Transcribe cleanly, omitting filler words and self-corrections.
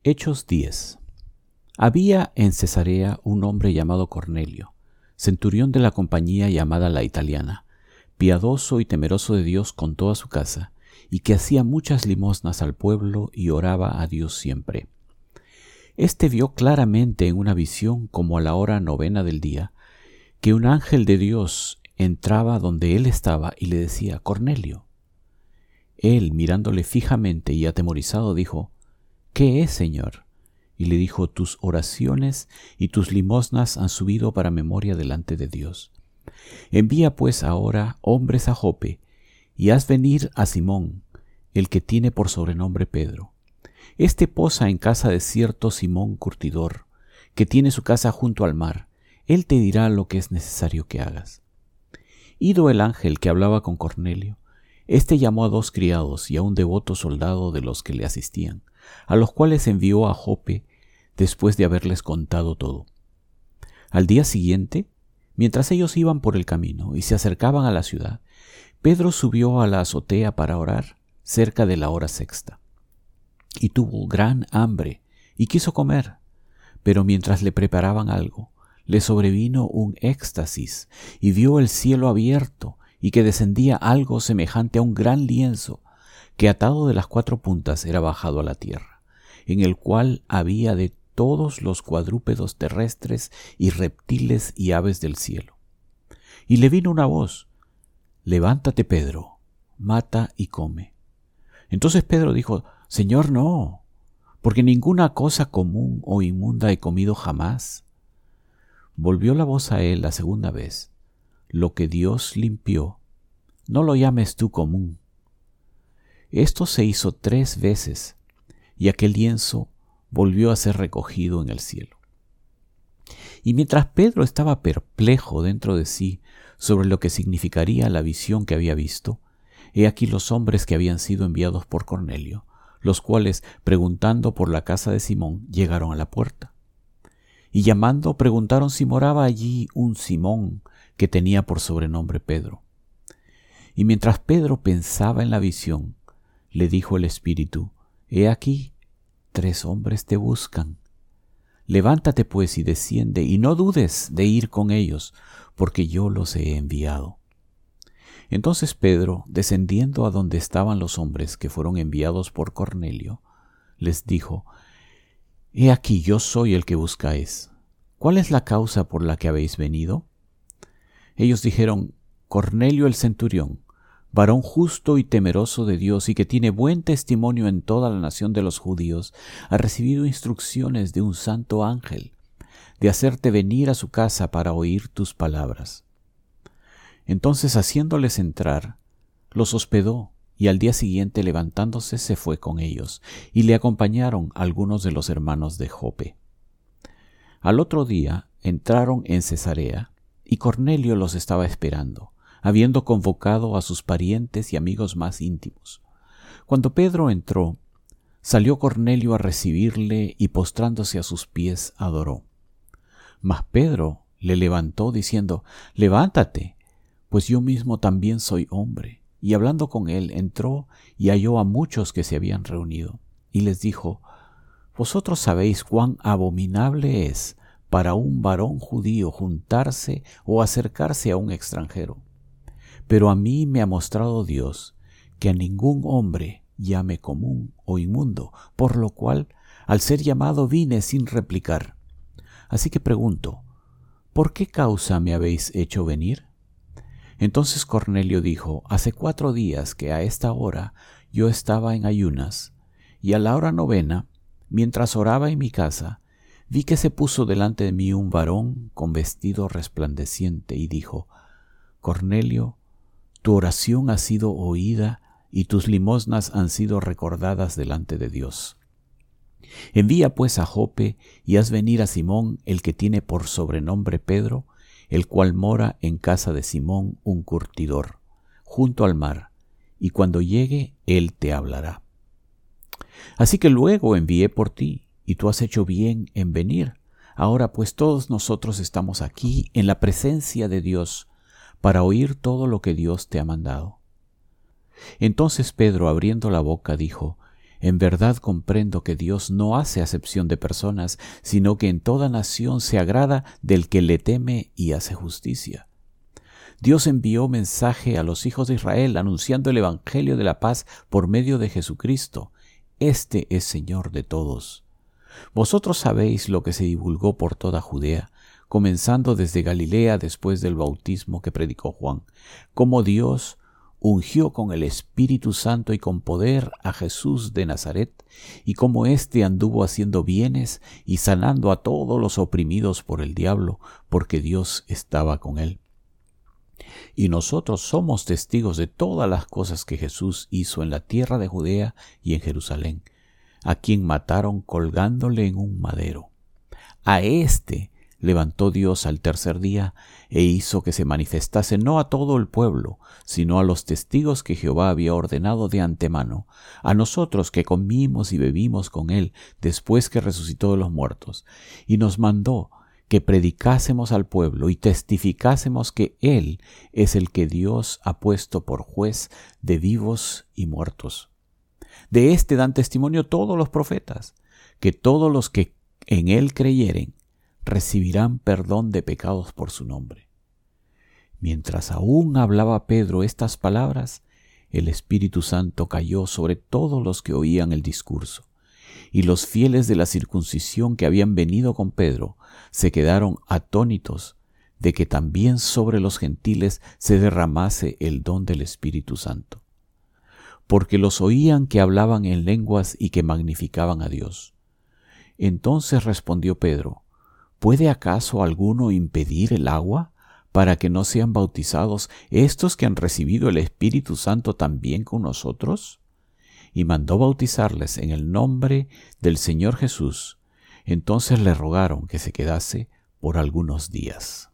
Hechos 10. Había en Cesarea un hombre llamado Cornelio, centurión de la compañía llamada la Italiana, piadoso y temeroso de Dios con toda su casa, y que hacía muchas limosnas al pueblo y oraba a Dios siempre. Este vio claramente en una visión, como a la hora 9 del día, que un ángel de Dios entraba donde él estaba y le decía: Cornelio. Él, mirándole fijamente y atemorizado, dijo: ¿Qué es, Señor? Y le dijo: tus oraciones y tus limosnas han subido para memoria delante de Dios. Envía pues ahora hombres a Jope, y haz venir a Simón, el que tiene por sobrenombre Pedro. Este posa en casa de cierto Simón curtidor, que tiene su casa junto al mar. Él te dirá lo que es necesario que hagas. Ido el ángel que hablaba con Cornelio, éste llamó a 2 criados y a un devoto soldado de los que le asistían, a los cuales envió a Jope después de haberles contado todo. Al día siguiente, mientras ellos iban por el camino y se acercaban a la ciudad, Pedro subió a la azotea para orar cerca de la hora 6, y tuvo gran hambre y quiso comer, pero mientras le preparaban algo, le sobrevino un éxtasis y vio el cielo abierto y que descendía algo semejante a un gran lienzo que atado de las 4 puntas era bajado a la tierra, en el cual había de todos los cuadrúpedos terrestres y reptiles y aves del cielo. Y le vino una voz: levántate, Pedro, mata y come. Entonces Pedro dijo: Señor, no, porque ninguna cosa común o inmunda he comido jamás. Volvió la voz a él la 2ª vez: lo que Dios limpió, no lo llames tú común. Esto se hizo 3 veces, y aquel lienzo volvió a ser recogido en el cielo. Y mientras Pedro estaba perplejo dentro de sí sobre lo que significaría la visión que había visto, he aquí los hombres que habían sido enviados por Cornelio, los cuales, preguntando por la casa de Simón, llegaron a la puerta. Y llamando, preguntaron si moraba allí un Simón, que tenía por sobrenombre Pedro. Y mientras Pedro pensaba en la visión, le dijo el Espíritu: he aquí, 3 hombres te buscan. Levántate pues y desciende, y no dudes de ir con ellos, porque yo los he enviado. Entonces Pedro, descendiendo a donde estaban los hombres que fueron enviados por Cornelio, les dijo: he aquí, yo soy el que buscáis. ¿Cuál es la causa por la que habéis venido? Ellos dijeron: Cornelio el centurión, varón justo y temeroso de Dios y que tiene buen testimonio en toda la nación de los judíos, ha recibido instrucciones de un santo ángel de hacerte venir a su casa para oír tus palabras. Entonces, haciéndoles entrar, los hospedó, y al día siguiente, levantándose, se fue con ellos, y le acompañaron algunos de los hermanos de Jope. Al otro día entraron en Cesarea, y Cornelio los estaba esperando, habiendo convocado a sus parientes y amigos más íntimos. Cuando Pedro entró, salió Cornelio a recibirle y postrándose a sus pies adoró. Mas Pedro le levantó diciendo: levántate, pues yo mismo también soy hombre. Y hablando con él, entró y halló a muchos que se habían reunido, y les dijo: vosotros sabéis cuán abominable es para un varón judío juntarse o acercarse a un extranjero. Pero a mí me ha mostrado Dios que a ningún hombre llame común o inmundo, por lo cual, al ser llamado, vine sin replicar. Así que pregunto: ¿por qué causa me habéis hecho venir? Entonces Cornelio dijo: hace 4 días que a esta hora yo estaba en ayunas, y a la hora 9, mientras oraba en mi casa, vi que se puso delante de mí un varón con vestido resplandeciente y dijo: Cornelio, tu oración ha sido oída y tus limosnas han sido recordadas delante de Dios. Envía pues a Jope y haz venir a Simón, el que tiene por sobrenombre Pedro, el cual mora en casa de Simón un curtidor, junto al mar, y cuando llegue él te hablará. Así que luego envié por ti, y tú has hecho bien en venir. Ahora pues todos nosotros estamos aquí en la presencia de Dios, para oír todo lo que Dios te ha mandado. Entonces Pedro, abriendo la boca, dijo: En verdad comprendo que Dios no hace acepción de personas, sino que en toda nación se agrada del que le teme y hace justicia. Dios envió mensaje a los hijos de Israel anunciando el evangelio de la paz por medio de Jesucristo. Este es Señor de todos. Vosotros sabéis lo que se divulgó por toda Judea, comenzando desde Galilea después del bautismo que predicó Juan, cómo Dios ungió con el Espíritu Santo y con poder a Jesús de Nazaret, y cómo éste anduvo haciendo bienes y sanando a todos los oprimidos por el diablo, porque Dios estaba con él. Y nosotros somos testigos de todas las cosas que Jesús hizo en la tierra de Judea y en Jerusalén, a quien mataron colgándole en un madero. A éste levantó Dios al tercer día e hizo que se manifestase no a todo el pueblo, sino a los testigos que Jehová había ordenado de antemano, a nosotros que comimos y bebimos con él después que resucitó de los muertos, y nos mandó que predicásemos al pueblo y testificásemos que Él es el que Dios ha puesto por juez de vivos y muertos. De éste dan testimonio todos los profetas, que todos los que en Él creyeren recibirán perdón de pecados por su nombre. Mientras aún hablaba Pedro estas palabras, el Espíritu Santo cayó sobre todos los que oían el discurso. Y los fieles de la circuncisión que habían venido con Pedro se quedaron atónitos de que también sobre los gentiles se derramase el don del Espíritu Santo, porque los oían que hablaban en lenguas y que magnificaban a Dios. Entonces respondió Pedro: ¿Puede acaso alguno impedir el agua para que no sean bautizados estos que han recibido el Espíritu Santo también con nosotros? Y mandó bautizarles en el nombre del Señor Jesús. Entonces le rogaron que se quedase por algunos días.